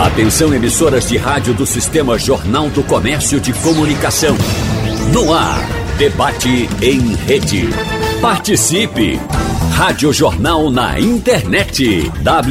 Atenção, emissoras de rádio do Sistema Jornal do Comércio de Comunicação. No ar, debate em rede. Participe! Rádio Jornal na internet.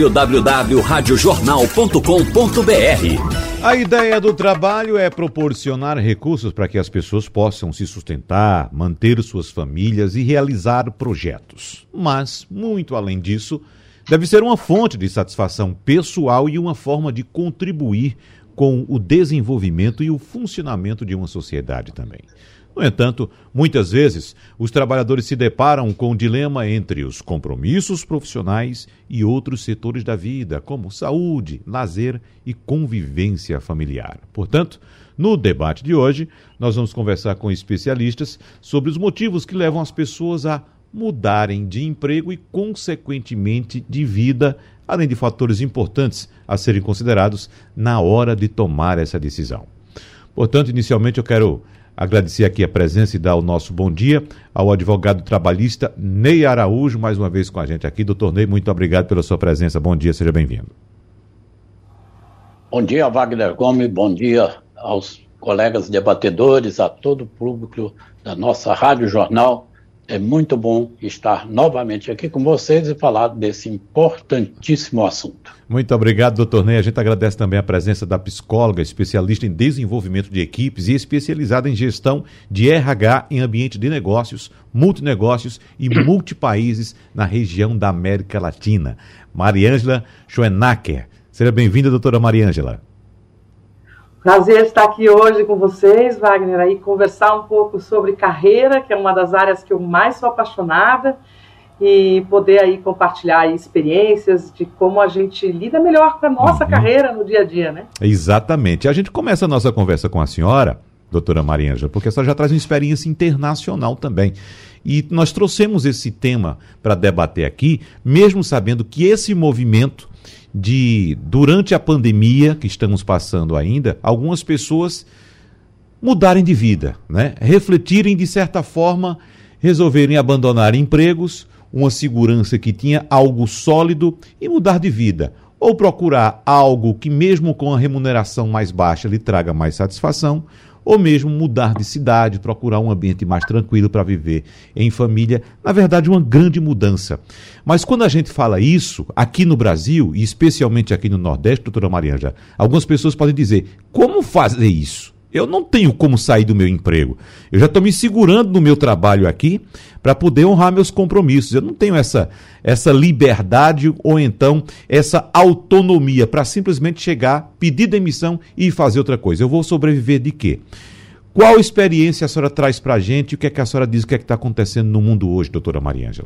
www.radiojornal.com.br. A ideia do trabalho é proporcionar recursos para que as pessoas possam se sustentar, manter suas famílias e realizar projetos. Mas, muito além disso, deve ser uma fonte de satisfação pessoal e uma forma de contribuir com o desenvolvimento e o funcionamento de uma sociedade também. No entanto, muitas vezes, os trabalhadores se deparam com o dilema entre os compromissos profissionais e outros setores da vida, como saúde, lazer e convivência familiar. Portanto, no debate de hoje, nós vamos conversar com especialistas sobre os motivos que levam as pessoas a mudarem de emprego e, consequentemente, de vida, além de fatores importantes a serem considerados na hora de tomar essa decisão. Portanto, inicialmente eu quero agradecer aqui a presença e dar o nosso bom dia ao advogado trabalhista Ney Araújo, mais uma vez com a gente aqui. Doutor Ney, muito obrigado pela sua presença. Bom dia, seja bem-vindo. Bom dia, Wagner Gomes. Bom dia aos colegas debatedores, a todo o público da nossa Rádio Jornal. É muito bom estar novamente aqui com vocês e falar desse importantíssimo assunto. Muito obrigado, doutor Ney. A gente agradece também a presença da psicóloga, especialista em desenvolvimento de equipes e especializada em gestão de RH em ambiente de negócios, multinegócios e multipaíses na região da América Latina. Mariângela Schoenacker. Seja bem-vinda, doutora Mariângela. Prazer estar aqui hoje com vocês, Wagner, aí conversar um pouco sobre carreira, que é uma das áreas que eu mais sou apaixonada, e poder aí compartilhar aí experiências de como a gente lida melhor com a nossa carreira no dia a dia, né? Exatamente. A gente começa a nossa conversa com a senhora, doutora Mariângela, porque a senhora já traz uma experiência internacional também. E nós trouxemos esse tema para debater aqui, mesmo sabendo que esse movimento durante a pandemia que estamos passando ainda, algumas pessoas mudarem de vida, né? Refletirem de certa forma, resolverem abandonar empregos, uma segurança que tinha algo sólido e mudar de vida, ou procurar algo que mesmo com a remuneração mais baixa lhe traga mais satisfação, ou mesmo mudar de cidade, procurar um ambiente mais tranquilo para viver em família. Na verdade, uma grande mudança. Mas quando a gente fala isso, aqui no Brasil, e especialmente aqui no Nordeste, doutora Mariângela, algumas pessoas podem dizer, como fazer isso? Eu não tenho como sair do meu emprego. Eu já estou me segurando no meu trabalho aqui para poder honrar meus compromissos. Eu não tenho essa liberdade ou então essa autonomia para simplesmente chegar, pedir demissão e fazer outra coisa. Eu vou sobreviver de quê? Qual experiência a senhora traz para a gente? O que é que a senhora diz? O que é que está acontecendo no mundo hoje, doutora Mariângela?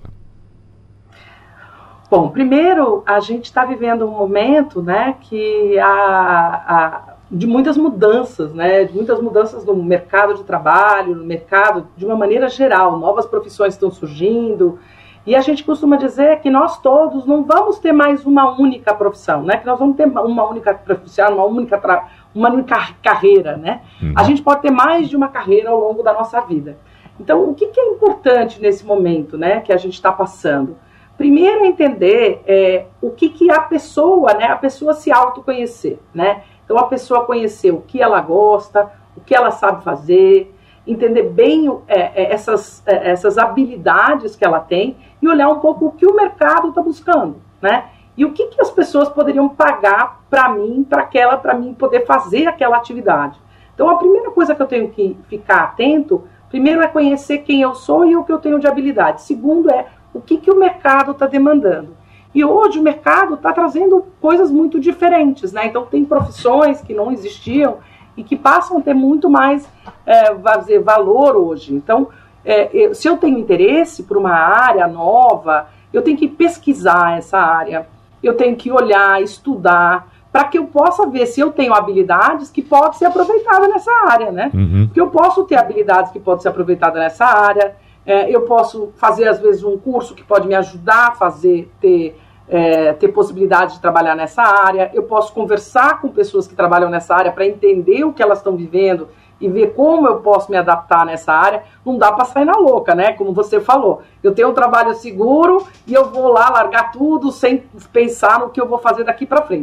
Bom, primeiro, a gente está vivendo um momento, né, que de muitas mudanças, né? De muitas mudanças no mercado de trabalho, no mercado de uma maneira geral. Novas profissões estão surgindo e a gente costuma dizer que nós todos não vamos ter mais uma única profissão, né? Que nós vamos ter uma única profissão, uma única carreira, né? A gente pode ter mais de uma carreira ao longo da nossa vida. Então, o que é importante nesse momento, né? Que a gente está passando? Primeiro, entender o que a pessoa, né? A pessoa se autoconhecer, né? Então, a pessoa conhecer o que ela gosta, o que ela sabe fazer, entender bem essas habilidades que ela tem e olhar um pouco o que o mercado está buscando, né? E o que as pessoas poderiam pagar para mim poder fazer aquela atividade. Então, a primeira coisa que eu tenho que ficar atento, primeiro é conhecer quem eu sou e o que eu tenho de habilidade. Segundo é o que o mercado está demandando. E hoje o mercado está trazendo coisas muito diferentes, né? Então tem profissões que não existiam e que passam a ter muito mais valor hoje. Então, se eu tenho interesse por uma área nova, eu tenho que pesquisar essa área, eu tenho que olhar, estudar, para que eu possa ver se eu tenho habilidades que podem ser aproveitadas nessa área, né? Porque eu posso ter habilidades que podem ser aproveitadas nessa área, eu posso fazer, às vezes, um curso que pode me ajudar a ter possibilidade de trabalhar nessa área, eu posso conversar com pessoas que trabalham nessa área para entender o que elas estão vivendo e ver como eu posso me adaptar nessa área. Não dá para sair na louca, né? Como você falou, eu tenho um trabalho seguro e eu vou lá largar tudo sem pensar no que eu vou fazer daqui para frente.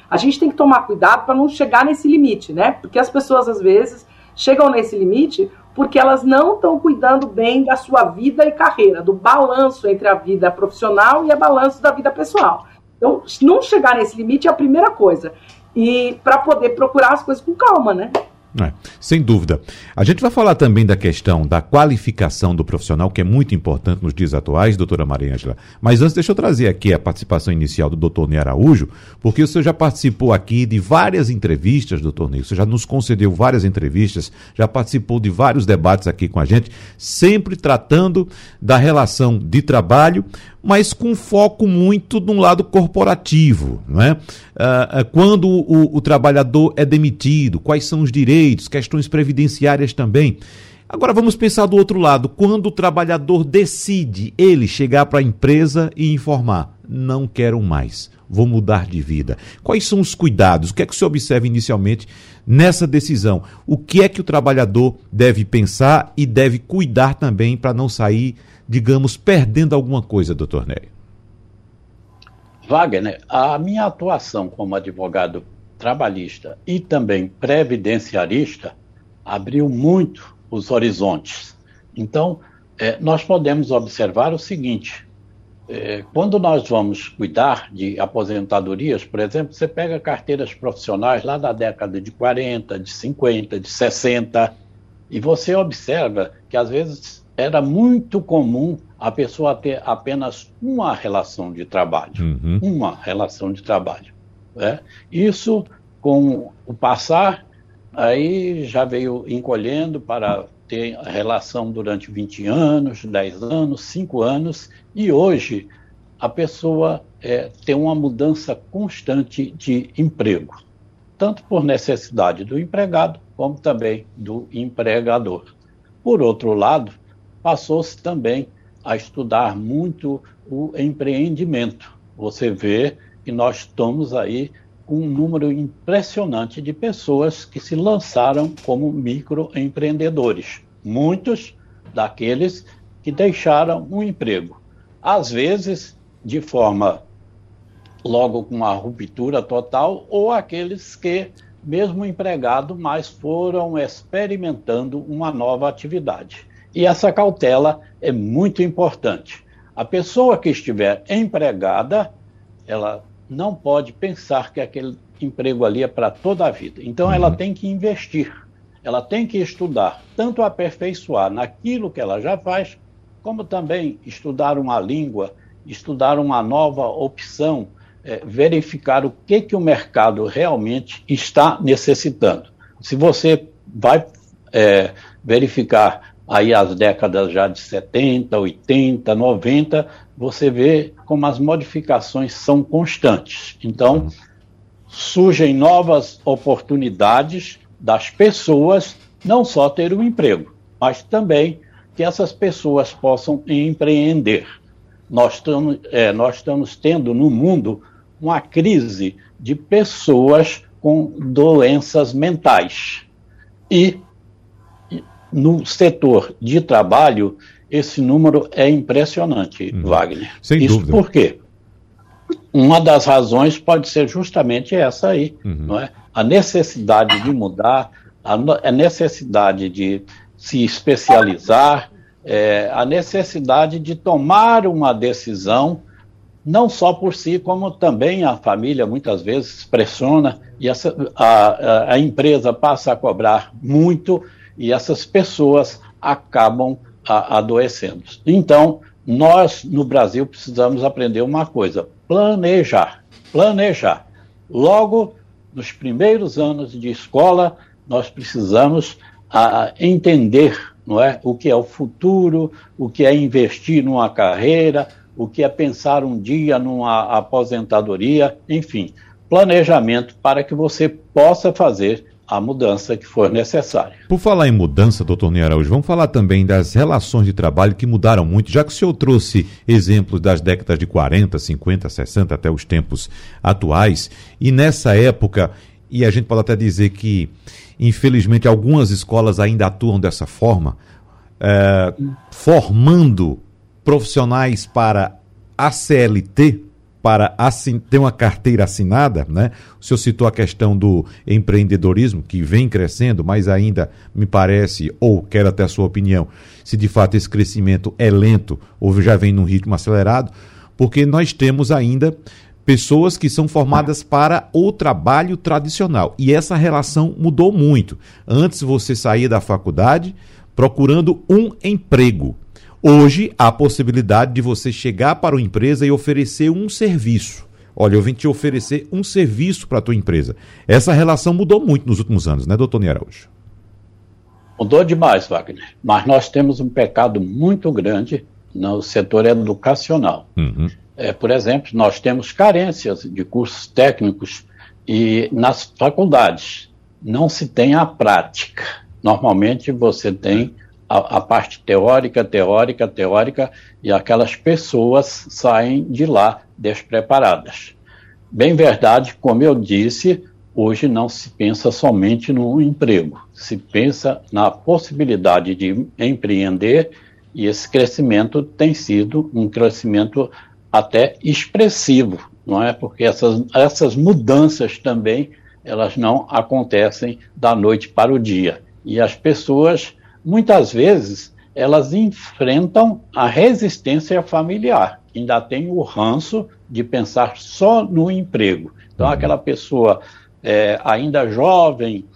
A gente tem que tomar cuidado para não chegar nesse limite, né? Porque as pessoas, às vezes, chegam nesse limite porque elas não estão cuidando bem da sua vida e carreira, do balanço entre a vida profissional e o balanço da vida pessoal. Então, não chegar nesse limite é a primeira coisa. E para poder procurar as coisas com calma, né? Sem dúvida. A gente vai falar também da questão da qualificação do profissional, que é muito importante nos dias atuais, doutora Mariângela. Mas antes, deixa eu trazer aqui a participação inicial do doutor Ney Araújo, porque o senhor já participou aqui de várias entrevistas, doutor Ney. O senhor já nos concedeu várias entrevistas, já participou de vários debates aqui com a gente, sempre tratando da relação de trabalho, mas com foco muito no lado corporativo, não é? Quando o trabalhador é demitido, quais são os direitos, questões previdenciárias também. Agora vamos pensar do outro lado, quando o trabalhador decide ele chegar para a empresa e informar, não quero mais, vou mudar de vida. Quais são os cuidados? O que é que o senhor observa inicialmente nessa decisão? O que é que o trabalhador deve pensar e deve cuidar também para não sair, digamos, perdendo alguma coisa, doutor Ney? Wagner, a minha atuação como advogado trabalhista e também previdenciarista abriu muito os horizontes. Então, nós podemos observar o seguinte, quando nós vamos cuidar de aposentadorias, por exemplo, você pega carteiras profissionais lá da década de 40, de 50, de 60, e você observa que às vezes era muito comum a pessoa ter apenas uma relação de trabalho. Uma relação de trabalho. Isso, com o passar, aí já veio encolhendo para ter relação durante 20 anos, 10 anos, 5 anos, e hoje a pessoa tem uma mudança constante de emprego, tanto por necessidade do empregado, como também do empregador. Por outro lado, passou-se também a estudar muito o empreendimento. Você vê que nós estamos aí com um número impressionante de pessoas que se lançaram como microempreendedores. Muitos daqueles que deixaram um emprego. Às vezes, de forma logo com uma ruptura total, ou aqueles que, mesmo empregado, mas foram experimentando uma nova atividade. E essa cautela é muito importante. A pessoa que estiver empregada, ela não pode pensar que aquele emprego ali é para toda a vida. Então, ela tem que investir, ela tem que estudar, tanto aperfeiçoar naquilo que ela já faz, como também estudar uma língua, estudar uma nova opção, verificar o que o mercado realmente está necessitando. Se você vai verificar aí as décadas já de 70, 80, 90, você vê como as modificações são constantes. Então, surgem novas oportunidades das pessoas não só ter um emprego, mas também que essas pessoas possam empreender. Nós estamos tendo no mundo uma crise de pessoas com doenças mentais. E no setor de trabalho, esse número é impressionante, Wagner. Sem Isso dúvida. por quê? Uma das razões pode ser justamente essa aí, não é? A necessidade de mudar, a necessidade de se especializar, a necessidade de tomar uma decisão, não só por si, como também a família muitas vezes pressiona, e a empresa passa a cobrar muito, e essas pessoas acabam adoecendo. Então, nós, no Brasil, precisamos aprender uma coisa: planejar. Logo, nos primeiros anos de escola, nós precisamos entender, não é, o que é o futuro, o que é investir numa carreira, o que é pensar um dia numa aposentadoria, enfim, planejamento para que você possa fazer a mudança que for necessária. Por falar em mudança, doutor Ney Araújo, vamos falar também das relações de trabalho que mudaram muito, já que o senhor trouxe exemplos das décadas de 40, 50, 60 até os tempos atuais, e nessa época, e a gente pode até dizer que, infelizmente, algumas escolas ainda atuam dessa forma, formando profissionais para a CLT, para ter uma carteira assinada, né? O senhor citou a questão do empreendedorismo, que vem crescendo, mas ainda me parece, ou quero até a sua opinião, se de fato esse crescimento é lento ou já vem num ritmo acelerado, porque nós temos ainda pessoas que são formadas para o trabalho tradicional. E essa relação mudou muito. Antes você saía da faculdade procurando um emprego. Hoje, há a possibilidade de você chegar para uma empresa e oferecer um serviço. Olha, eu vim te oferecer um serviço para a tua empresa. Essa relação mudou muito nos últimos anos, né, doutor Ney Araújo? Mudou demais, Wagner. Mas nós temos um pecado muito grande no setor educacional. Uhum. Por exemplo, nós temos carências de cursos técnicos e nas faculdades não se tem a prática. Normalmente você tem a parte teórica, e aquelas pessoas saem de lá despreparadas. Bem verdade, como eu disse, hoje não se pensa somente no emprego, se pensa na possibilidade de empreender, e esse crescimento tem sido um crescimento até expressivo, não é? Porque essas mudanças também, elas não acontecem da noite para o dia. E as pessoas, muitas vezes, elas enfrentam a resistência familiar. Ainda tem o ranço de pensar só no emprego. Então, aquela pessoa ainda jovem,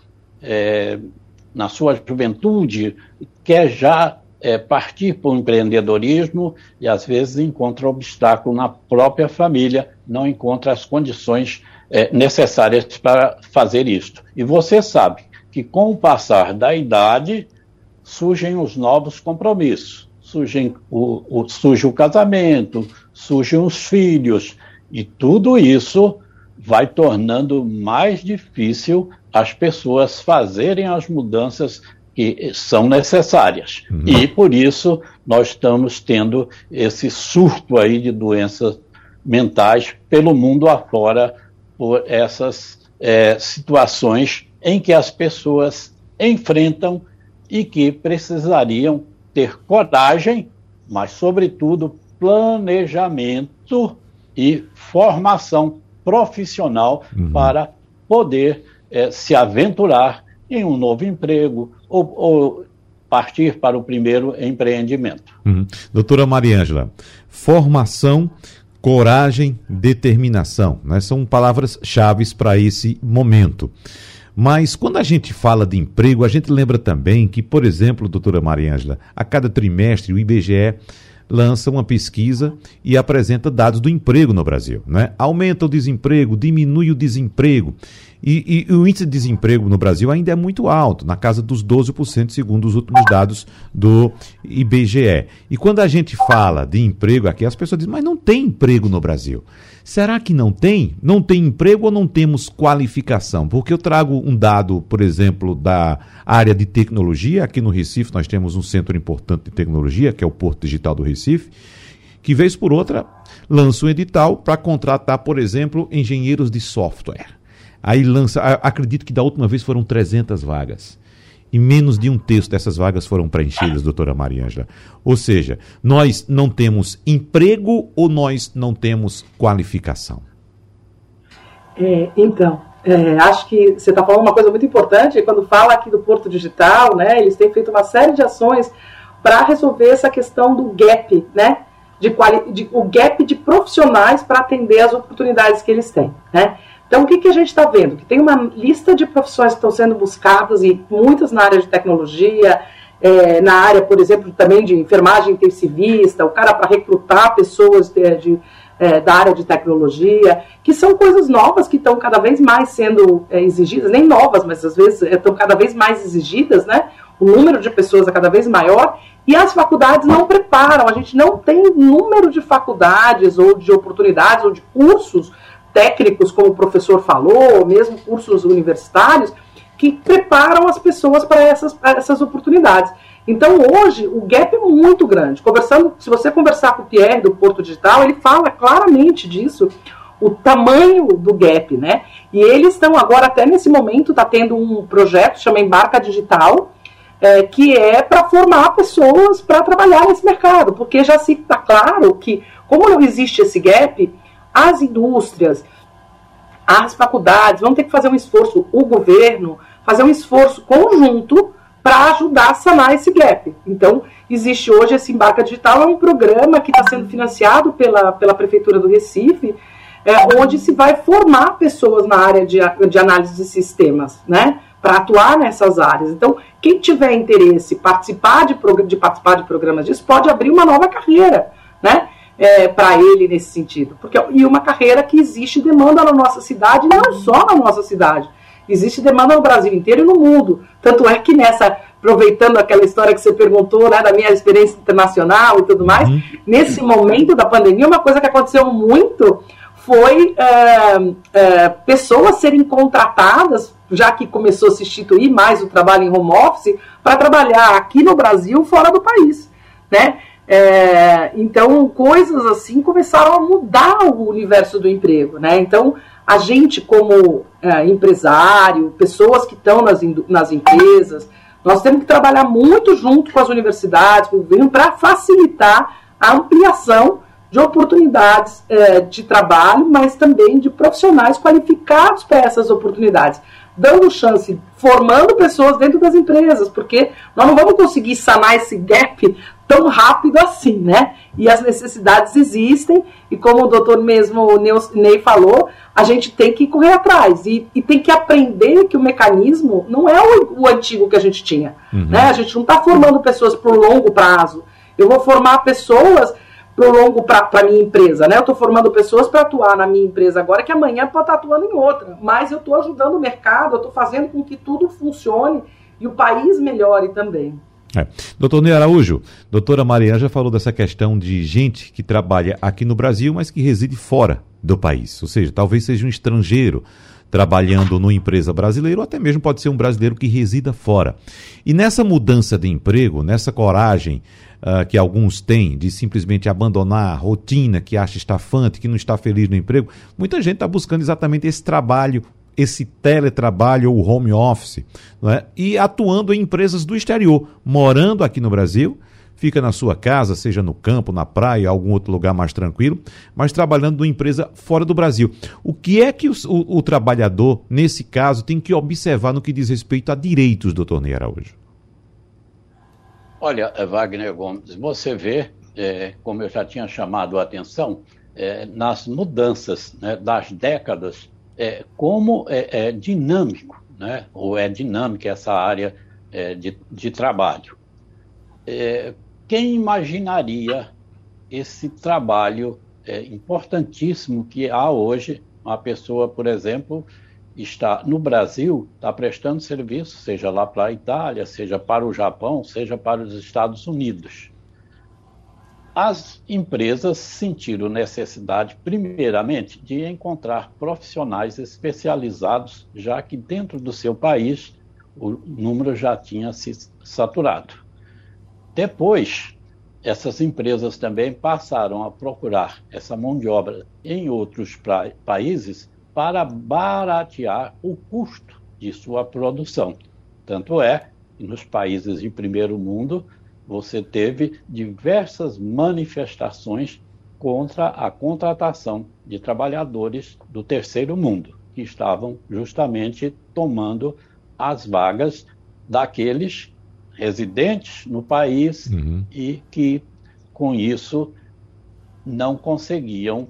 na sua juventude, quer já partir para o empreendedorismo e, às vezes, encontra obstáculo na própria família, não encontra as condições necessárias para fazer isto. E você sabe que, com o passar da idade, surgem os novos compromissos, surge o casamento, surgem os filhos, e tudo isso vai tornando mais difícil as pessoas fazerem as mudanças que são necessárias. Uhum. E, por isso, nós estamos tendo esse surto aí de doenças mentais pelo mundo afora, por essas situações em que as pessoas enfrentam e que precisariam ter coragem, mas, sobretudo, planejamento e formação profissional para poder se aventurar em um novo emprego ou partir para o primeiro empreendimento. Doutora Mariângela, formação, coragem, determinação, né? São palavras-chave para esse momento. Mas quando a gente fala de emprego, a gente lembra também que, por exemplo, doutora Mariângela, a cada trimestre o IBGE lança uma pesquisa e apresenta dados do emprego no Brasil, né? Aumenta o desemprego, diminui o desemprego. E o índice de desemprego no Brasil ainda é muito alto, na casa dos 12%, segundo os últimos dados do IBGE. E quando a gente fala de emprego aqui, as pessoas dizem, mas não tem emprego no Brasil. Será que não tem? Não tem emprego ou não temos qualificação? Porque eu trago um dado, por exemplo, da área de tecnologia. Aqui no Recife nós temos um centro importante de tecnologia, que é o Porto Digital do Recife, que vez por outra lança um edital para contratar, por exemplo, engenheiros de software. Aí lança, acredito que da última vez foram 300 vagas. E menos de um terço dessas vagas foram preenchidas, doutora Mariângela. Ou seja, nós não temos emprego ou nós não temos qualificação? Acho que você está falando uma coisa muito importante. Quando fala aqui do Porto Digital, né, eles têm feito uma série de ações para resolver essa questão do gap, né, o gap de profissionais para atender as oportunidades que eles têm, né? Então, o que a gente está vendo? Que tem uma lista de profissões que estão sendo buscadas, e muitas na área de tecnologia, na área, por exemplo, também de enfermagem intensivista, o cara para recrutar pessoas da área de tecnologia, que são coisas novas que estão cada vez mais sendo exigidas, nem novas, mas às vezes estão cada vez mais exigidas, né? O número de pessoas é cada vez maior, e as faculdades não preparam, a gente não tem número de faculdades, ou de oportunidades, ou de cursos técnicos, como o professor falou, ou mesmo cursos universitários, que preparam as pessoas para essas oportunidades. Então, hoje, o gap é muito grande. Se você conversar com o Pierre, do Porto Digital, ele fala claramente disso, o tamanho do gap, né? E eles estão agora, até nesse momento, está tendo um projeto, chama Embarca Digital, que é para formar pessoas para trabalhar nesse mercado, porque já se está claro que, como não existe esse gap, as indústrias, as faculdades vão ter que fazer um esforço, o governo, fazer um esforço conjunto para ajudar a sanar esse gap. Então, existe hoje esse Embarca Digital, é um programa que está sendo financiado pela Prefeitura do Recife, onde se vai formar pessoas na área de análise de sistemas, né, para atuar nessas áreas. Então, quem tiver interesse em participar de programas disso, pode abrir uma nova carreira, né, para ele nesse sentido. E uma carreira que existe demanda na nossa cidade, não só na nossa cidade. Existe demanda no Brasil inteiro e no mundo. Tanto é que aproveitando aquela história que você perguntou, né, da minha experiência internacional e tudo mais, nesse momento da pandemia, uma coisa que aconteceu muito foi pessoas serem contratadas, já que começou a se instituir mais o trabalho em home office, para trabalhar aqui no Brasil, fora do país, né? Então, coisas assim começaram a mudar o universo do emprego, né? Então, a gente como empresário, pessoas que estão nas empresas, nós temos que trabalhar muito junto com as universidades, com o governo, para facilitar a ampliação de oportunidades de trabalho, mas também de profissionais qualificados para essas oportunidades, dando chance, formando pessoas dentro das empresas, porque nós não vamos conseguir sanar esse gap tão rápido assim, né? E as necessidades existem, e como o doutor mesmo Ney falou, a gente tem que correr atrás, e tem que aprender que o mecanismo não é o antigo que a gente tinha, né? A gente não está formando pessoas por longo prazo. Eu vou formar pessoas para a minha empresa, né? Eu estou formando pessoas para atuar na minha empresa agora, que amanhã pode estar atuando em outra, mas eu estou ajudando o mercado, eu estou fazendo com que tudo funcione e o país melhore também. Doutor Ney Araújo, doutora Mariana já falou dessa questão de gente que trabalha aqui no Brasil, mas que reside fora do país, ou seja, talvez seja um estrangeiro trabalhando numa empresa brasileira, ou até mesmo pode ser um brasileiro que resida fora. E nessa mudança de emprego, nessa coragem que alguns têm de simplesmente abandonar a rotina que acha estafante, que não está feliz no emprego, muita gente está buscando exatamente esse trabalho, esse teletrabalho ou home office, não é? E atuando em empresas do exterior, morando aqui no Brasil, fica na sua casa, seja no campo, na praia, algum outro lugar mais tranquilo, mas trabalhando numa empresa fora do Brasil. O que é que o trabalhador, nesse caso, tem que observar no que diz respeito a direitos, doutor Ney Araújo? Olha, Wagner Gomes, você vê, como eu já tinha chamado a atenção, nas mudanças, né, das décadas, como é dinâmico, né, ou é dinâmica essa área de trabalho. Quem imaginaria esse trabalho importantíssimo que há hoje? Uma pessoa, por exemplo, está no Brasil, está prestando serviço, seja lá para a Itália, seja para o Japão, seja para os Estados Unidos. As empresas sentiram necessidade, primeiramente, de encontrar profissionais especializados, já que dentro do seu país o número já tinha se saturado. Depois, essas empresas também passaram a procurar essa mão de obra em outros países para baratear o custo de sua produção. Tanto é que nos países de primeiro mundo você teve diversas manifestações contra a contratação de trabalhadores do terceiro mundo, que estavam justamente tomando as vagas daqueles residentes no país e que, com isso, não conseguiam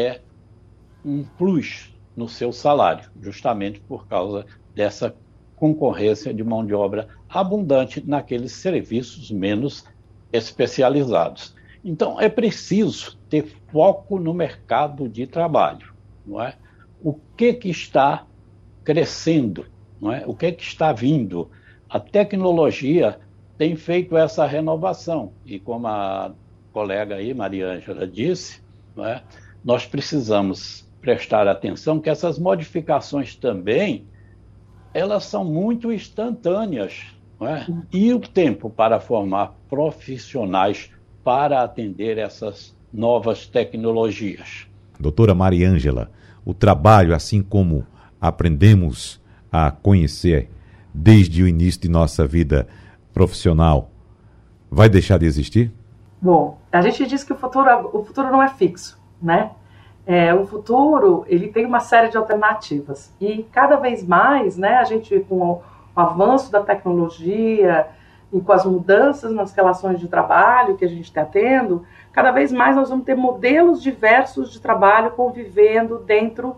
um plus no seu salário, justamente por causa dessa concorrência de mão de obra abundante naqueles serviços menos especializados. Então, é preciso ter foco no mercado de trabalho, não é? O que está crescendo, não é? O que está vindo? A tecnologia tem feito essa renovação e, como a colega aí, Maria Ângela, disse, não é? Nós precisamos prestar atenção que essas modificações também, elas são muito instantâneas, não é? E o tempo para formar profissionais para atender essas novas tecnologias. Doutora Maria Ângela, o trabalho, assim como aprendemos a conhecer desde o início de nossa vida profissional, vai deixar de existir? Bom, a gente diz que o futuro não é fixo, né? O futuro, ele tem uma série de alternativas. E cada vez mais, né, a gente, com o avanço da tecnologia e com as mudanças nas relações de trabalho que a gente está tendo, cada vez mais nós vamos ter modelos diversos de trabalho convivendo dentro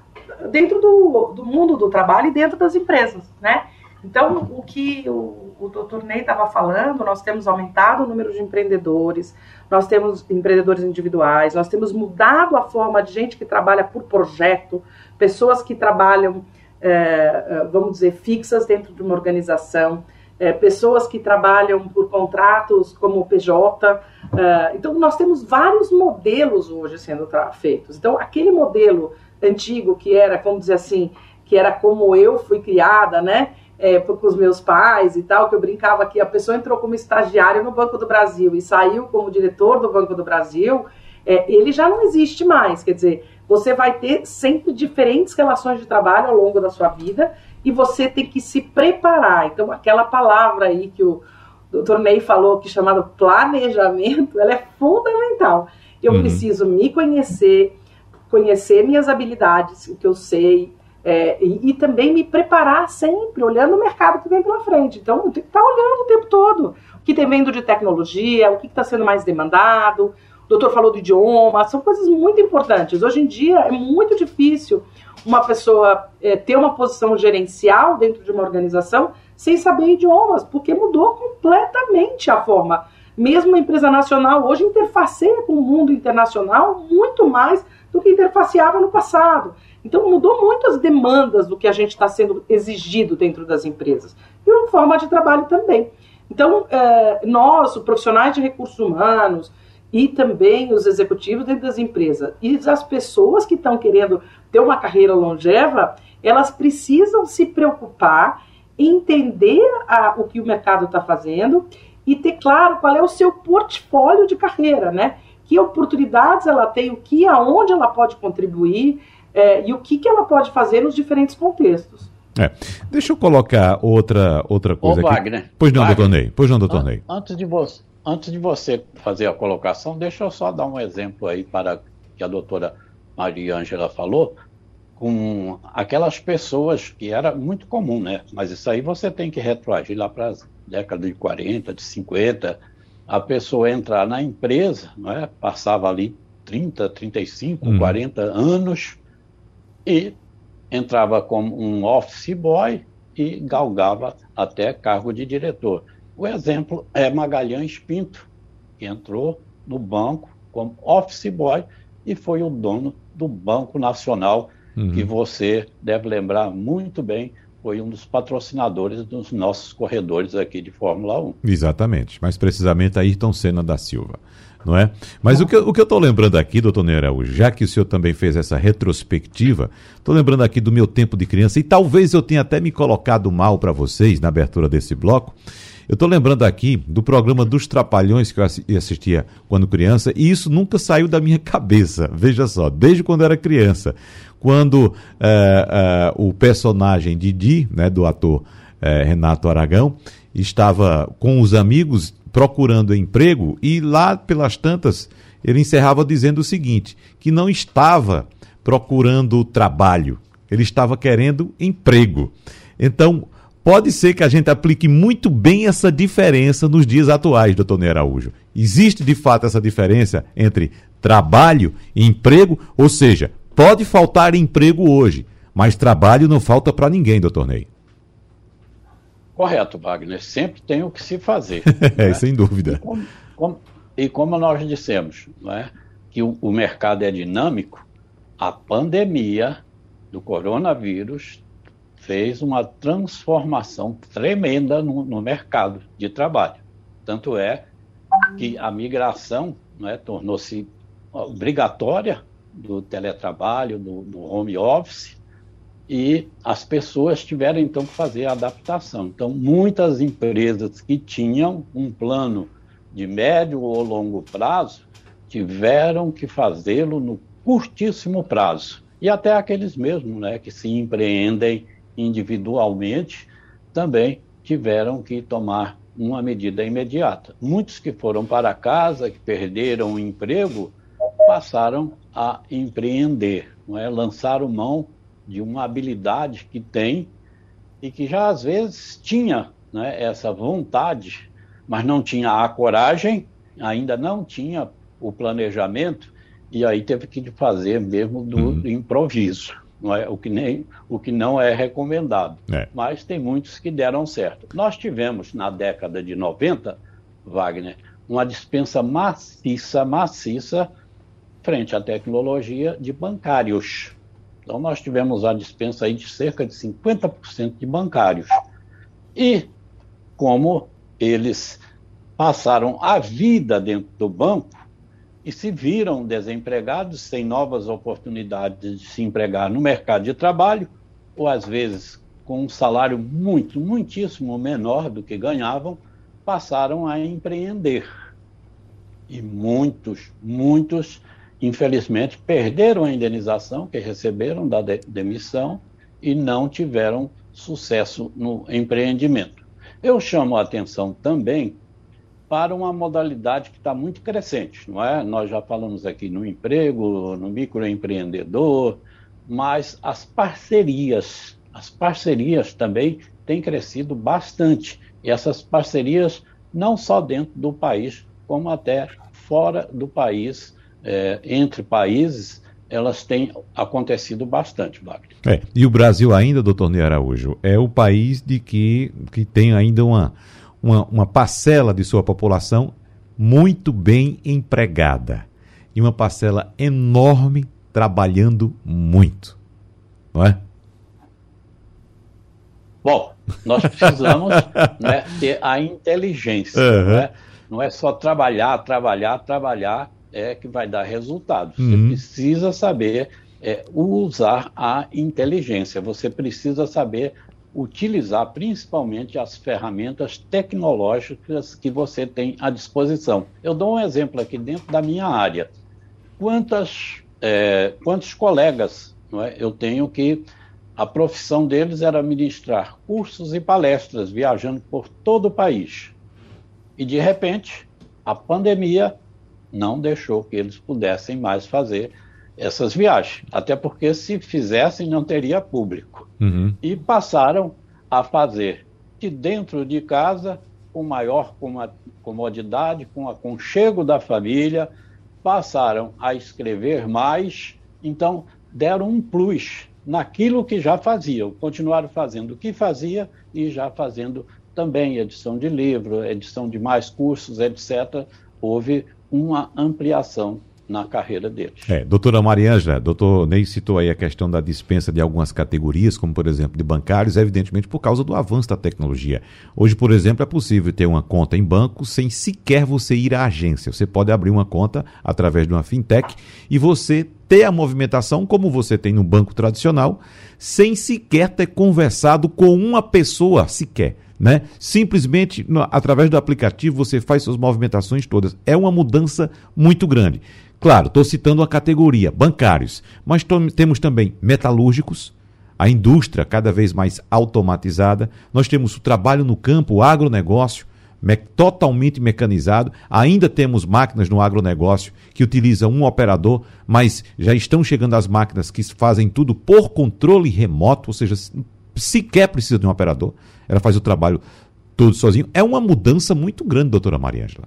do mundo do trabalho e dentro das empresas, né? Então, o que o Dr. Ney estava falando, nós temos aumentado o número de empreendedores, nós temos empreendedores individuais, nós temos mudado a forma de gente que trabalha por projeto, pessoas que trabalham, vamos dizer, fixas dentro de uma organização, pessoas que trabalham por contratos como o PJ. Então, nós temos vários modelos hoje sendo feitos. Então, aquele modelo antigo que era, vamos dizer assim, que era como eu fui criada, né? Com os meus pais e tal, que eu brincava que a pessoa entrou como estagiária no Banco do Brasil e saiu como diretor do Banco do Brasil, ele já não existe mais. Quer dizer, você vai ter sempre diferentes relações de trabalho ao longo da sua vida e você tem que se preparar. Então, aquela palavra aí que o Dr. Ney falou, que é chamada planejamento, ela é fundamental. Eu preciso me conhecer minhas habilidades, o que eu sei, e também me preparar sempre, olhando o mercado que vem pela frente. Então, eu tenho que estar olhando o tempo todo o que tem vindo de tecnologia, o que está sendo mais demandado. O doutor falou do idioma, são coisas muito importantes. Hoje em dia é muito difícil uma pessoa ter uma posição gerencial dentro de uma organização sem saber idiomas, porque mudou completamente a forma. Mesmo a empresa nacional hoje interfaceia com o mundo internacional muito mais do que interfaceava no passado. Então mudou muito as demandas do que a gente está sendo exigido dentro das empresas. E uma forma de trabalho também. Então nós, os profissionais de recursos humanos e também os executivos dentro das empresas e as pessoas que estão querendo ter uma carreira longeva, elas precisam se preocupar, entender o que o mercado está fazendo e ter claro qual é o seu portfólio de carreira, né? Que oportunidades ela tem, aonde ela pode contribuir e o que ela pode fazer nos diferentes contextos. Deixa eu colocar outra coisa aqui. Wagner, Pois não, doutor Ney. Antes de você fazer a colocação, deixa eu só dar um exemplo aí para que a doutora Maria Ângela falou, com aquelas pessoas que era muito comum, né? Mas isso aí você tem que retroagir lá para as décadas de 40, de 50, a pessoa entrar na empresa, não é? Passava ali 30, 35, 40 anos e entrava como um office boy e galgava até cargo de diretor. O exemplo é Magalhães Pinto, que entrou no banco como office boy e foi o dono do Banco Nacional, que você deve lembrar muito bem, foi um dos patrocinadores dos nossos corredores aqui de Fórmula 1. Exatamente, mais precisamente Ayrton Senna da Silva, não é? Mas o que eu estou lembrando aqui, doutor Ney Araújo, já que o senhor também fez essa retrospectiva, estou lembrando aqui do meu tempo de criança, e talvez eu tenha até me colocado mal para vocês na abertura desse bloco. Eu estou lembrando aqui do programa dos Trapalhões que eu assistia quando criança, e isso nunca saiu da minha cabeça, veja só, desde quando era criança. Quando o personagem Didi, né, do ator Renato Aragão, estava com os amigos procurando emprego, e lá pelas tantas ele encerrava dizendo o seguinte, que não estava procurando trabalho, ele estava querendo emprego. Então, pode ser que a gente aplique muito bem essa diferença nos dias atuais, doutor Ney Araújo. Existe, de fato, essa diferença entre trabalho e emprego? Ou seja, pode faltar emprego hoje, mas trabalho não falta para ninguém, doutor Ney. Correto, Wagner. Sempre tem o que se fazer. Né? Sem dúvida. E como nós dissemos, não é, que o mercado é dinâmico, a pandemia do coronavírus fez uma transformação tremenda no mercado de trabalho. Tanto é que a migração, né, tornou-se obrigatória do teletrabalho, do home office, e as pessoas tiveram então que fazer a adaptação. Então, muitas empresas que tinham um plano de médio ou longo prazo tiveram que fazê-lo no curtíssimo prazo. E até aqueles mesmos, né, que se empreendem individualmente também tiveram que tomar uma medida imediata. Muitos que foram para casa, que perderam o emprego, passaram a empreender, não é? Lançaram mão de uma habilidade que tem e que já às vezes tinha, né, essa vontade, mas não tinha a coragem, ainda não tinha o planejamento, e aí teve que fazer mesmo do improviso, não é? O que não é recomendado. Mas tem muitos que deram certo. Nós tivemos, na década de 90, Wagner, uma dispensa maciça frente à tecnologia de bancários. Então, nós tivemos a dispensa aí de cerca de 50% de bancários. E como eles passaram a vida dentro do banco e se viram desempregados, sem novas oportunidades de se empregar no mercado de trabalho, ou às vezes com um salário muitíssimo menor do que ganhavam, passaram a empreender. E muitos, infelizmente, perderam a indenização que receberam da demissão e não tiveram sucesso no empreendimento. Eu chamo a atenção também para uma modalidade que está muito crescente, não é? Nós já falamos aqui no emprego, no microempreendedor, mas as parcerias também têm crescido bastante. E essas parcerias não só dentro do país, como até fora do país, entre países, elas têm acontecido bastante, Wagner. E o Brasil ainda, doutor Ney Araújo, é o país que tem ainda uma parcela de sua população muito bem empregada. E uma parcela enorme trabalhando muito. Não é? Bom, nós precisamos, né, ter a inteligência. Não é só trabalhar que vai dar resultado. Você precisa saber usar a inteligência. Você precisa saber utilizar principalmente as ferramentas tecnológicas que você tem à disposição. Eu dou um exemplo aqui dentro da minha área. Quantos colegas, não é, eu tenho que a profissão deles era ministrar cursos e palestras, viajando por todo o país. E, de repente, a pandemia não deixou que eles pudessem mais fazer essas viagens. Até porque, se fizessem, não teria público. E passaram a fazer de dentro de casa, com maior comodidade, com aconchego da família, passaram a escrever mais, então deram um plus naquilo que já faziam, continuaram fazendo o que fazia e já fazendo também edição de livro, edição de mais cursos, etc. Houve uma ampliação na carreira deles. Doutora Mariângela, doutor Ney citou aí a questão da dispensa de algumas categorias, como por exemplo de bancários, evidentemente por causa do avanço da tecnologia. Hoje, por exemplo, é possível ter uma conta em banco sem sequer você ir à agência. Você pode abrir uma conta através de uma fintech e você ter a movimentação como você tem no banco tradicional, sem sequer ter conversado com uma pessoa sequer. Né? Simplesmente, através do aplicativo, você faz suas movimentações todas. É uma mudança muito grande. Claro, estou citando a categoria, bancários, mas temos também metalúrgicos, a indústria cada vez mais automatizada, nós temos o trabalho no campo, o agronegócio, totalmente mecanizado, ainda temos máquinas no agronegócio que utilizam um operador, mas já estão chegando as máquinas que fazem tudo por controle remoto, ou seja, sequer precisa de um operador, ela faz o trabalho todo sozinho. É uma mudança muito grande, doutora Mariângela.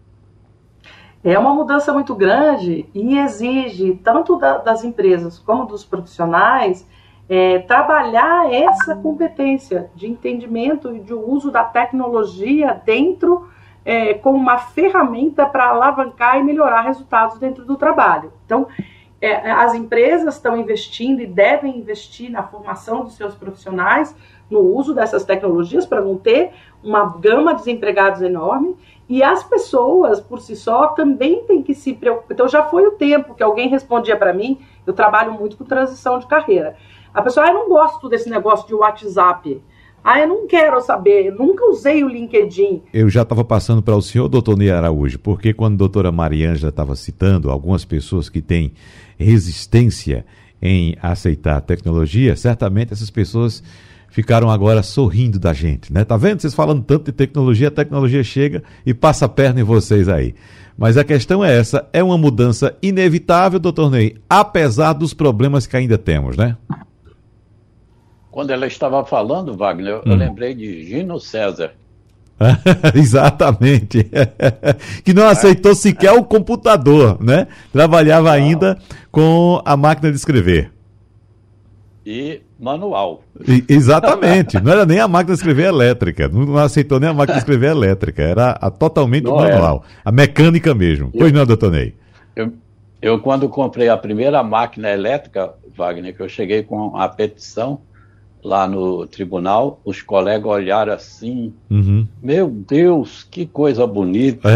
É uma mudança muito grande e exige, tanto das empresas como dos profissionais, trabalhar essa competência de entendimento e de uso da tecnologia dentro, como uma ferramenta para alavancar e melhorar resultados dentro do trabalho. Então, as empresas estão investindo e devem investir na formação dos seus profissionais, no uso dessas tecnologias para não ter uma gama de desempregados enorme, e as pessoas, por si só, também têm que se preocupar. Então, já foi o tempo que alguém respondia para mim, eu trabalho muito com transição de carreira. A pessoa, eu não gosto desse negócio de WhatsApp. Eu não quero saber, nunca usei o LinkedIn. Eu já estava passando para o senhor, doutor Ney Araújo, porque quando a doutora Mariângela estava citando algumas pessoas que têm resistência em aceitar a tecnologia, certamente essas pessoas ficaram agora sorrindo da gente, né? Tá vendo? Vocês falando tanto de tecnologia, a tecnologia chega e passa a perna em vocês aí. Mas a questão é essa, é uma mudança inevitável, doutor Ney, apesar dos problemas que ainda temos, né? Quando ela estava falando, Wagner, eu lembrei de Gino César. Exatamente. Que não aceitou sequer o computador, né? Trabalhava ainda com a máquina de escrever. E manual. Exatamente. Não era nem a máquina de escrever elétrica. Não aceitou nem a máquina de escrever elétrica. Era totalmente não manual. Era. A mecânica mesmo. Pois não, doutor Ney? Eu, quando comprei a primeira máquina elétrica, Wagner, que eu cheguei com a petição lá no tribunal, os colegas olharam assim, meu Deus, que coisa bonita.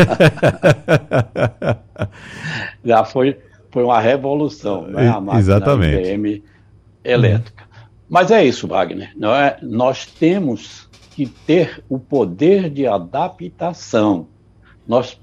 Já foi uma revolução, né? A máquina IBM elétrica. Mas é isso, Wagner, não é? Nós temos que ter o poder de adaptação. Nós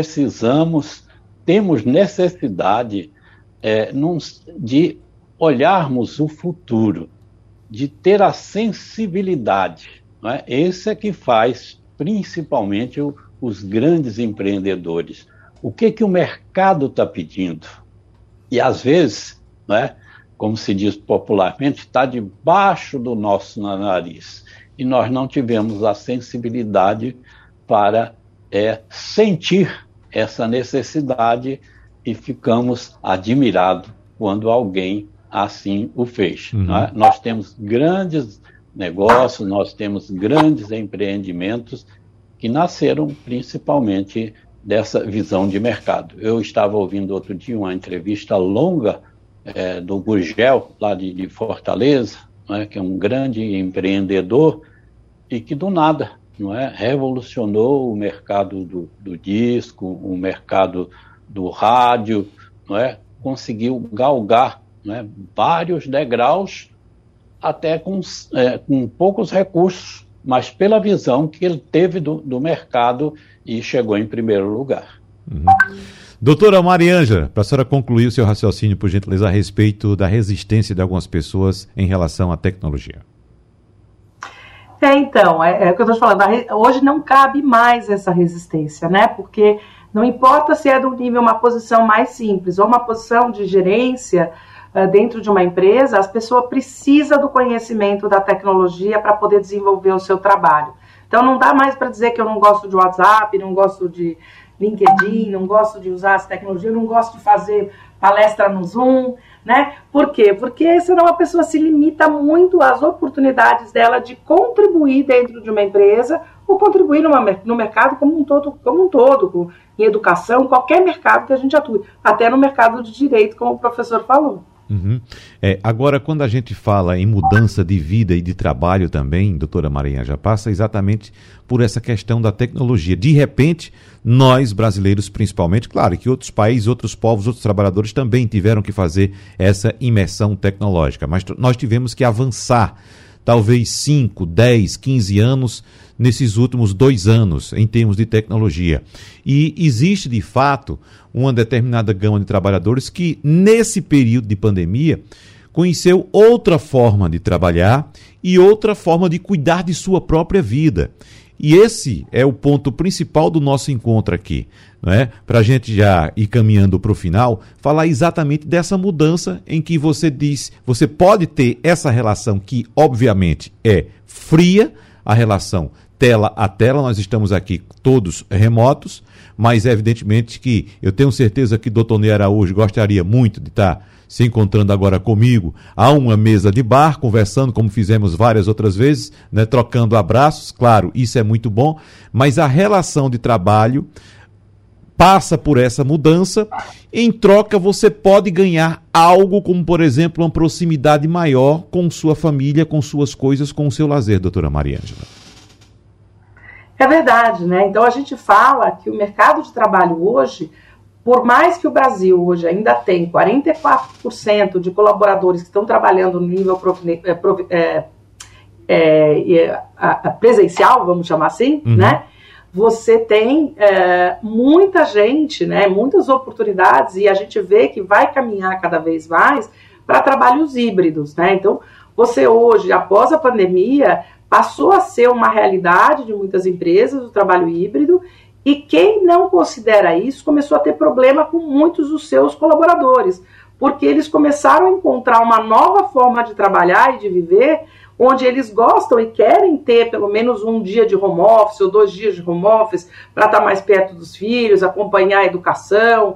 temos necessidade de olharmos o futuro, de ter a sensibilidade, não é? Esse é que faz, principalmente, os grandes empreendedores. O que o mercado está pedindo? E, às vezes, não é? Como se diz popularmente, está debaixo do nosso nariz. E nós não tivemos a sensibilidade para sentir essa necessidade e ficamos admirados quando alguém assim o fez. Não é? Nós temos grandes negócios, nós temos grandes empreendimentos que nasceram principalmente dessa visão de mercado. Eu estava ouvindo outro dia uma entrevista longa do Gurgel, lá de Fortaleza, não é? Que é um grande empreendedor e que do nada, não é? Revolucionou o mercado do disco, o mercado do rádio, não é? Conseguiu galgar, né, vários degraus, até com poucos recursos, mas pela visão que ele teve do mercado e chegou em primeiro lugar. Doutora Mariângela, para a senhora concluir o seu raciocínio, por gentileza, a respeito da resistência de algumas pessoas em relação à tecnologia. Então, é o que eu estou falando, hoje não cabe mais essa resistência, né? Porque não importa se é do nível uma posição mais simples ou uma posição de gerência dentro de uma empresa, as pessoas precisam do conhecimento da tecnologia para poder desenvolver o seu trabalho. Então não dá mais para dizer que eu não gosto de WhatsApp, não gosto de LinkedIn, não gosto de usar essa tecnologia, não gosto de fazer palestra no Zoom, né? Por quê? Porque senão a pessoa se limita muito às oportunidades dela de contribuir dentro de uma empresa ou contribuir no mercado como um todo, em educação, qualquer mercado que a gente atue, até no mercado de direito, como o professor falou. Agora, quando a gente fala em mudança de vida e de trabalho também, doutora Marinha, já passa exatamente por essa questão da tecnologia. De repente, nós brasileiros principalmente, claro que outros países, outros povos, outros trabalhadores também tiveram que fazer essa imersão tecnológica, mas nós tivemos que avançar talvez 5, 10, 15 anos nesses últimos 2 anos em termos de tecnologia. E existe, de fato, uma determinada gama de trabalhadores que, nesse período de pandemia, conheceu outra forma de trabalhar e outra forma de cuidar de sua própria vida. E esse é o ponto principal do nosso encontro aqui, não é? Para a gente já ir caminhando para o final, falar exatamente dessa mudança em que você diz, você pode ter essa relação que, obviamente, é fria, a relação tela a tela, nós estamos aqui todos remotos, mas evidentemente que eu tenho certeza que o doutor Ney Araújo gostaria muito de estar se encontrando agora comigo a uma mesa de bar, conversando como fizemos várias outras vezes, né, trocando abraços, claro, isso é muito bom, mas a relação de trabalho passa por essa mudança, em troca você pode ganhar algo como, por exemplo, uma proximidade maior com sua família, com suas coisas, com o seu lazer, doutora Mariângela. É verdade, né? Então a gente fala que o mercado de trabalho hoje, por mais que o Brasil hoje ainda tem 44% de colaboradores que estão trabalhando no nível presencial, vamos chamar assim, né? Você tem muita gente, né? Muitas oportunidades, e a gente vê que vai caminhar cada vez mais para trabalhos híbridos, né? Então, você hoje, após a pandemia, passou a ser uma realidade de muitas empresas o trabalho híbrido, e quem não considera isso começou a ter problema com muitos dos seus colaboradores, porque eles começaram a encontrar uma nova forma de trabalhar e de viver, onde eles gostam e querem ter pelo menos um dia de home office ou 2 dias de home office para estar mais perto dos filhos, acompanhar a educação,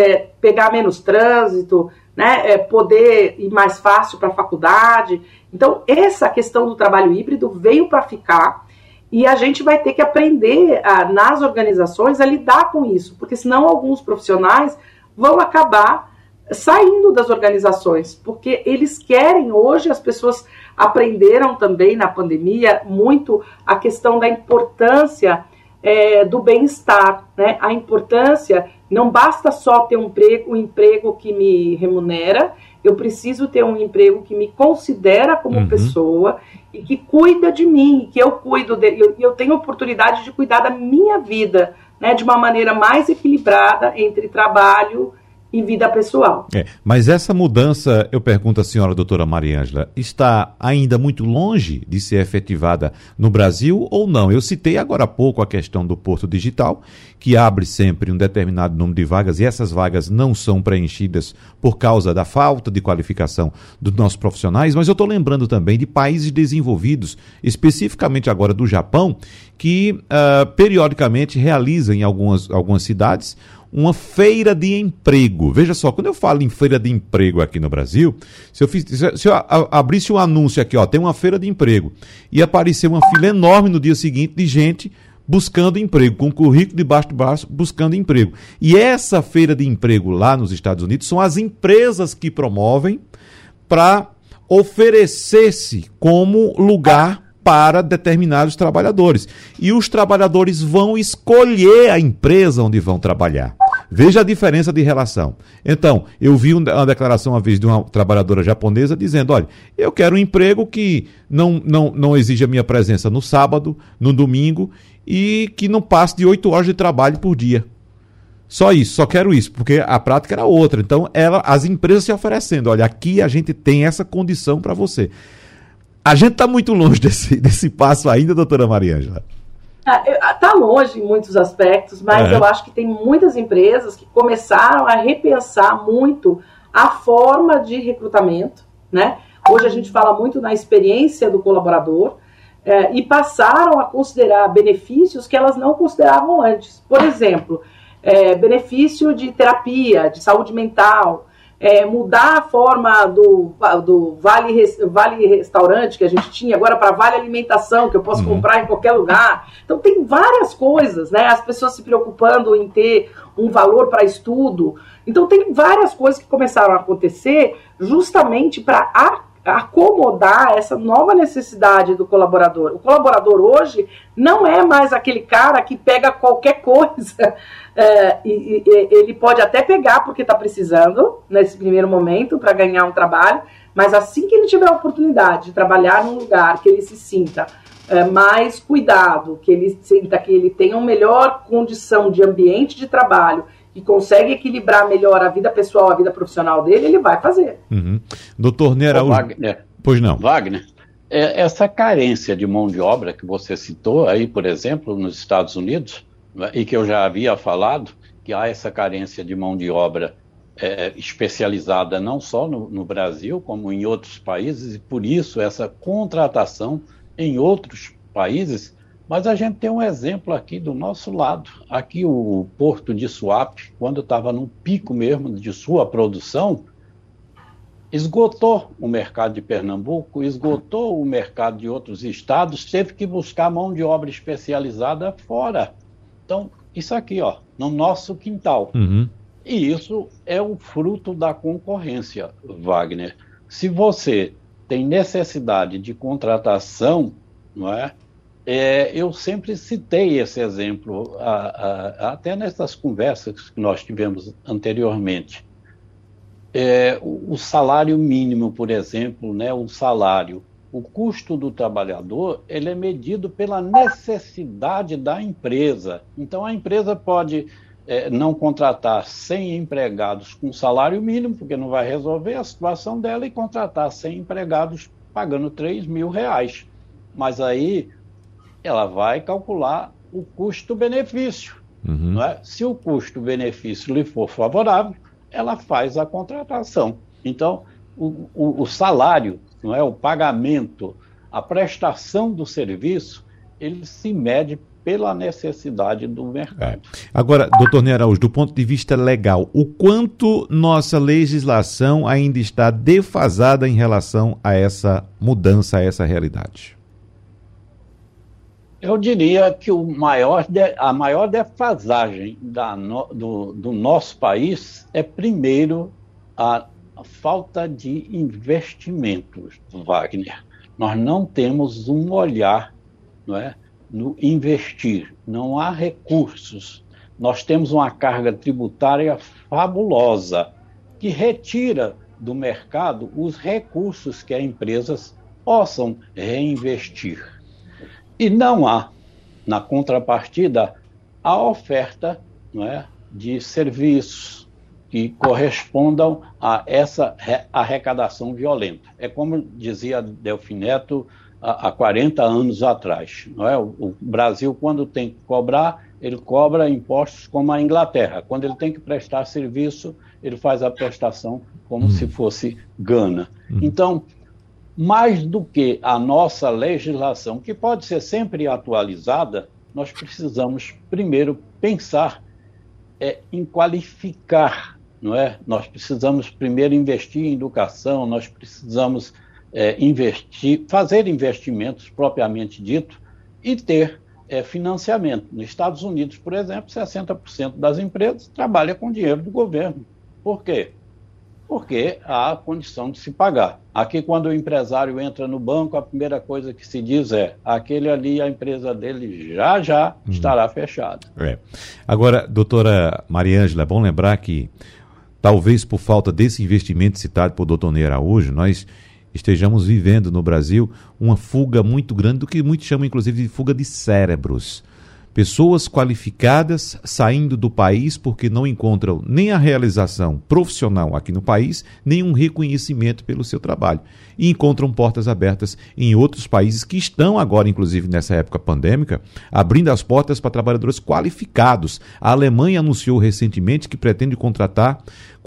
pegar menos trânsito, né, poder ir mais fácil para a faculdade. Então, essa questão do trabalho híbrido veio para ficar e a gente vai ter que aprender nas organizações a lidar com isso, porque senão alguns profissionais vão acabar saindo das organizações, porque eles querem, hoje as pessoas aprenderam também na pandemia muito a questão da importância do bem-estar, né? A importância, não basta só ter um emprego que me remunera, eu preciso ter um emprego que me considera como pessoa e que cuida de mim, que eu cuido dele, eu tenho oportunidade de cuidar da minha vida, né? De uma maneira mais equilibrada entre trabalho e vida pessoal. Mas essa mudança, eu pergunto à senhora doutora Mariângela, está ainda muito longe de ser efetivada no Brasil ou não? Eu citei agora há pouco a questão do Porto Digital, que abre sempre um determinado número de vagas e essas vagas não são preenchidas por causa da falta de qualificação dos nossos profissionais, mas eu estou lembrando também de países desenvolvidos, especificamente agora do Japão, que periodicamente realizam em algumas cidades uma feira de emprego. Veja só, quando eu falo em feira de emprego aqui no Brasil, se eu abrisse um anúncio aqui, tem uma feira de emprego, e aparecer uma fila enorme no dia seguinte de gente buscando emprego, com currículo debaixo do braço, buscando emprego. E essa feira de emprego lá nos Estados Unidos são as empresas que promovem para oferecer-se como lugar para determinados trabalhadores. E os trabalhadores vão escolher a empresa onde vão trabalhar. Veja a diferença de relação. Então, eu vi uma declaração uma vez de uma trabalhadora japonesa dizendo, olha, eu quero um emprego que não exija a minha presença no sábado, no domingo, e que não passe de 8 horas de trabalho por dia. Só isso, só quero isso, porque a prática era outra. Então, as empresas se oferecendo, olha, aqui a gente tem essa condição para você. A gente está muito longe desse passo ainda, doutora Mariângela. Está longe em muitos aspectos, mas eu acho que tem muitas empresas que começaram a repensar muito a forma de recrutamento, né? Hoje a gente fala muito na experiência do colaborador e passaram a considerar benefícios que elas não consideravam antes. Por exemplo, benefício de terapia, de saúde mental, mudar a forma do vale restaurante que a gente tinha agora para vale alimentação, que eu posso comprar em qualquer lugar. Então tem várias coisas, né? As pessoas se preocupando em ter um valor para estudo. Então tem várias coisas que começaram a acontecer justamente para acomodar essa nova necessidade do colaborador. O colaborador hoje não é mais aquele cara que pega qualquer coisa, e ele pode até pegar porque está precisando, nesse primeiro momento, para ganhar um trabalho, mas assim que ele tiver a oportunidade de trabalhar num lugar que ele se sinta mais cuidado, que ele sinta que ele tenha uma melhor condição de ambiente de trabalho, e consegue equilibrar melhor a vida pessoal, a vida profissional dele, ele vai fazer. Doutor Ney Araújo. Wagner, pois não. Wagner, essa carência de mão de obra que você citou aí, por exemplo, nos Estados Unidos, e que eu já havia falado, que há essa carência de mão de obra especializada não só no Brasil, como em outros países, e por isso essa contratação em outros países. Mas a gente tem um exemplo aqui do nosso lado. Aqui o Porto de Suape, quando estava num pico mesmo de sua produção, esgotou o mercado de Pernambuco, esgotou o mercado de outros estados, teve que buscar mão de obra especializada fora. Então, isso aqui, no nosso quintal. E isso é o fruto da concorrência, Wagner. Se você tem necessidade de contratação, não é? Eu sempre citei esse exemplo, até nessas conversas que nós tivemos anteriormente. O salário mínimo, por exemplo, né, o custo do trabalhador, ele é medido pela necessidade da empresa. Então, a empresa pode não contratar 100 empregados com salário mínimo, porque não vai resolver a situação dela, e contratar 100 empregados pagando R$3.000. Mas aí ela vai calcular o custo-benefício. Não é? Se o custo-benefício lhe for favorável, ela faz a contratação. Então, o salário, não é? O pagamento, a prestação do serviço, ele se mede pela necessidade do mercado. Agora, doutor Ney Araújo, do ponto de vista legal, o quanto nossa legislação ainda está defasada em relação a essa mudança, a essa realidade? Eu diria que a maior defasagem do nosso país é, primeiro, a falta de investimentos, Wagner. Nós não temos um olhar, não é, no investir, não há recursos. Nós temos uma carga tributária fabulosa que retira do mercado os recursos que as empresas possam reinvestir. E não há, na contrapartida, a oferta, não é, de serviços que correspondam a essa arrecadação violenta. É como dizia Delfim Neto há 40 anos atrás. Não é? O Brasil, quando tem que cobrar, ele cobra impostos como a Inglaterra. Quando ele tem que prestar serviço, ele faz a prestação como se fosse Gana. Então, mais do que a nossa legislação, que pode ser sempre atualizada, nós precisamos primeiro pensar em qualificar, não é? Nós precisamos primeiro investir em educação, nós precisamos fazer investimentos propriamente dito e ter financiamento. Nos Estados Unidos, por exemplo, 60% das empresas trabalham com dinheiro do governo. Por quê? Porque há condição de se pagar. Aqui, quando o empresário entra no banco, a primeira coisa que se diz aquele ali, a empresa dele já estará fechada. Agora, doutora Mariângela, é bom lembrar que, talvez por falta desse investimento citado por doutor Ney Araújo, nós estejamos vivendo no Brasil uma fuga muito grande, do que muitos chamam, inclusive, de fuga de cérebros. Pessoas qualificadas saindo do país porque não encontram nem a realização profissional aqui no país, nem um reconhecimento pelo seu trabalho. E encontram portas abertas em outros países que estão agora, inclusive nessa época pandêmica, abrindo as portas para trabalhadores qualificados. A Alemanha anunciou recentemente que pretende contratar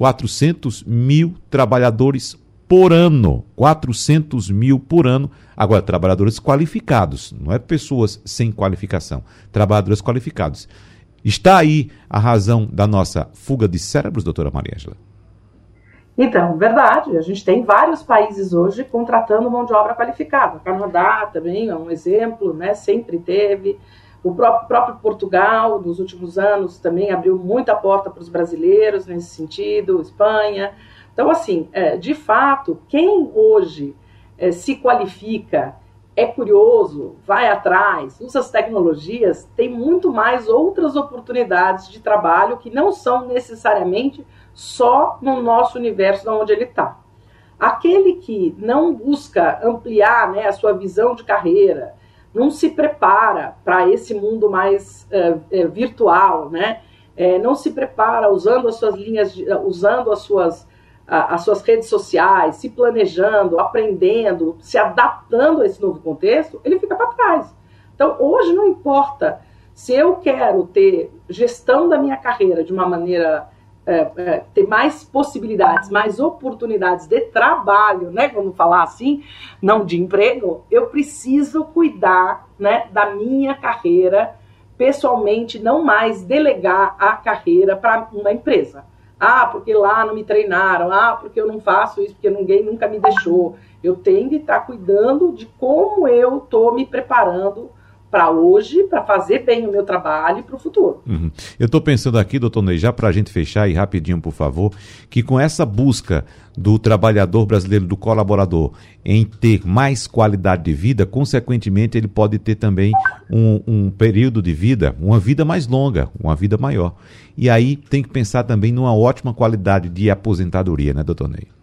400 mil trabalhadores por ano, 400 mil por ano. Agora, trabalhadores qualificados, não é pessoas sem qualificação, trabalhadores qualificados. Está aí a razão da nossa fuga de cérebros, doutora Mariângela? Então, verdade, a gente tem vários países hoje contratando mão de obra qualificada. O Canadá também é um exemplo, né? Sempre teve. O próprio Portugal, nos últimos anos, também abriu muita porta para os brasileiros nesse sentido, Espanha. Então, assim, de fato, quem hoje se qualifica, é curioso, vai atrás, usa as tecnologias, tem muito mais outras oportunidades de trabalho que não são necessariamente só no nosso universo onde ele está. Aquele que não busca ampliar, né, a sua visão de carreira, não se prepara para esse mundo mais virtual, né, não se prepara usando as suas linhas, usando as suas redes sociais, se planejando, aprendendo, se adaptando a esse novo contexto, ele fica para trás. Então, hoje não importa se eu quero ter gestão da minha carreira de uma maneira, ter mais possibilidades, mais oportunidades de trabalho, né, vamos falar assim, não de emprego, eu preciso cuidar, né, da minha carreira pessoalmente, não mais delegar a carreira para uma empresa. Porque lá não me treinaram, porque eu não faço isso, porque ninguém nunca me deixou. Eu tenho que estar cuidando de como eu estou me preparando para hoje, para fazer bem o meu trabalho e para o futuro. Eu estou pensando aqui, doutor Ney, já para a gente fechar e rapidinho, por favor, que com essa busca do trabalhador brasileiro, do colaborador, em ter mais qualidade de vida, consequentemente ele pode ter também um período de vida, uma vida mais longa, uma vida maior. E aí tem que pensar também numa ótima qualidade de aposentadoria, né, doutor Ney?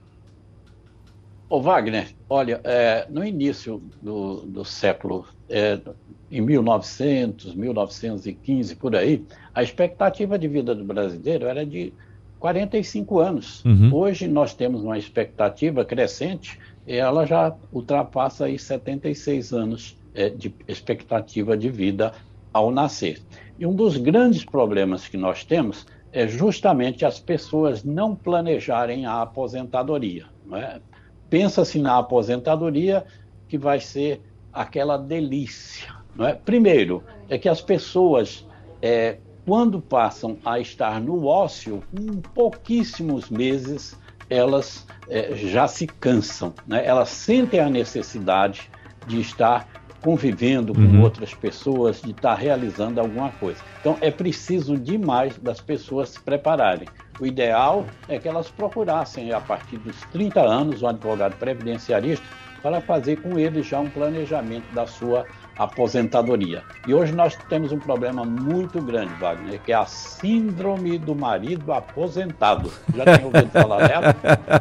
Wagner, olha, no início do século, em 1900, 1915, por aí, a expectativa de vida do brasileiro era de 45 anos. Hoje nós temos uma expectativa crescente, ela já ultrapassa aí 76 anos de expectativa de vida ao nascer. E um dos grandes problemas que nós temos é justamente as pessoas não planejarem a aposentadoria. Não é? Pensa-se na aposentadoria que vai ser aquela delícia. Não é? Primeiro, é que as pessoas, quando passam a estar no ócio, em pouquíssimos meses, elas já se cansam. Né? Elas sentem a necessidade de estar convivendo com outras pessoas, de estar realizando alguma coisa. Então, é preciso demais das pessoas se prepararem. O ideal é que elas procurassem, a partir dos 30 anos, um advogado previdenciarista, para fazer com eles já um planejamento da sua aposentadoria. E hoje nós temos um problema muito grande, Wagner, que é a síndrome do marido aposentado. Já tem ouvido falar dela?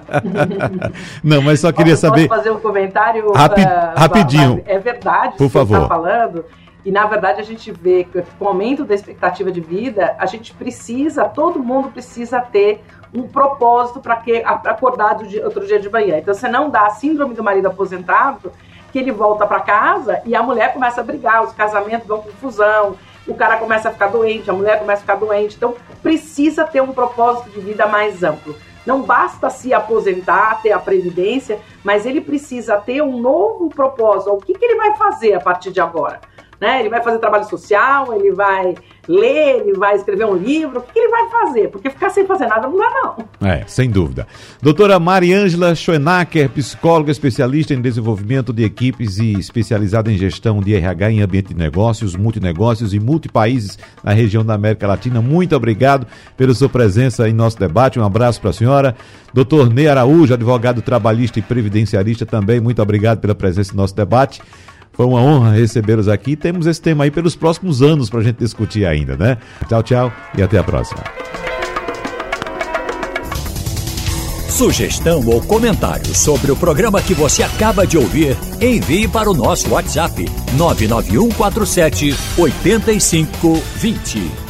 Não, mas só queria saber... Posso fazer um comentário? Rapidinho. É verdade, por favor. Você está falando. E, na verdade, a gente vê que com o aumento da expectativa de vida, a gente precisa, todo mundo precisa ter um propósito para acordar outro dia de manhã. Então, você não dá a síndrome do marido aposentado, que ele volta para casa e a mulher começa a brigar, os casamentos dão confusão, o cara começa a ficar doente, a mulher começa a ficar doente. Então, precisa ter um propósito de vida mais amplo. Não basta se aposentar, ter a previdência, mas ele precisa ter um novo propósito. O que ele vai fazer a partir de agora? Né? Ele vai fazer trabalho social, ele vai ler, ele vai escrever um livro, o que ele vai fazer? Porque ficar sem fazer nada não dá, não. Sem dúvida. Doutora Mariângela Schoenacker, psicóloga especialista em desenvolvimento de equipes e especializada em gestão de RH em ambiente de negócios, multinegócios e multipaíses na região da América Latina. Muito obrigado pela sua presença em nosso debate. Um abraço para a senhora. Doutor Ney Araújo, advogado trabalhista e previdenciarista, também muito obrigado pela presença no nosso debate. Foi uma honra recebê-los aqui. Temos esse tema aí pelos próximos anos para a gente discutir ainda, né? Tchau, tchau e até a próxima. Sugestão ou comentário sobre o programa que você acaba de ouvir, envie para o nosso WhatsApp 99147 8520.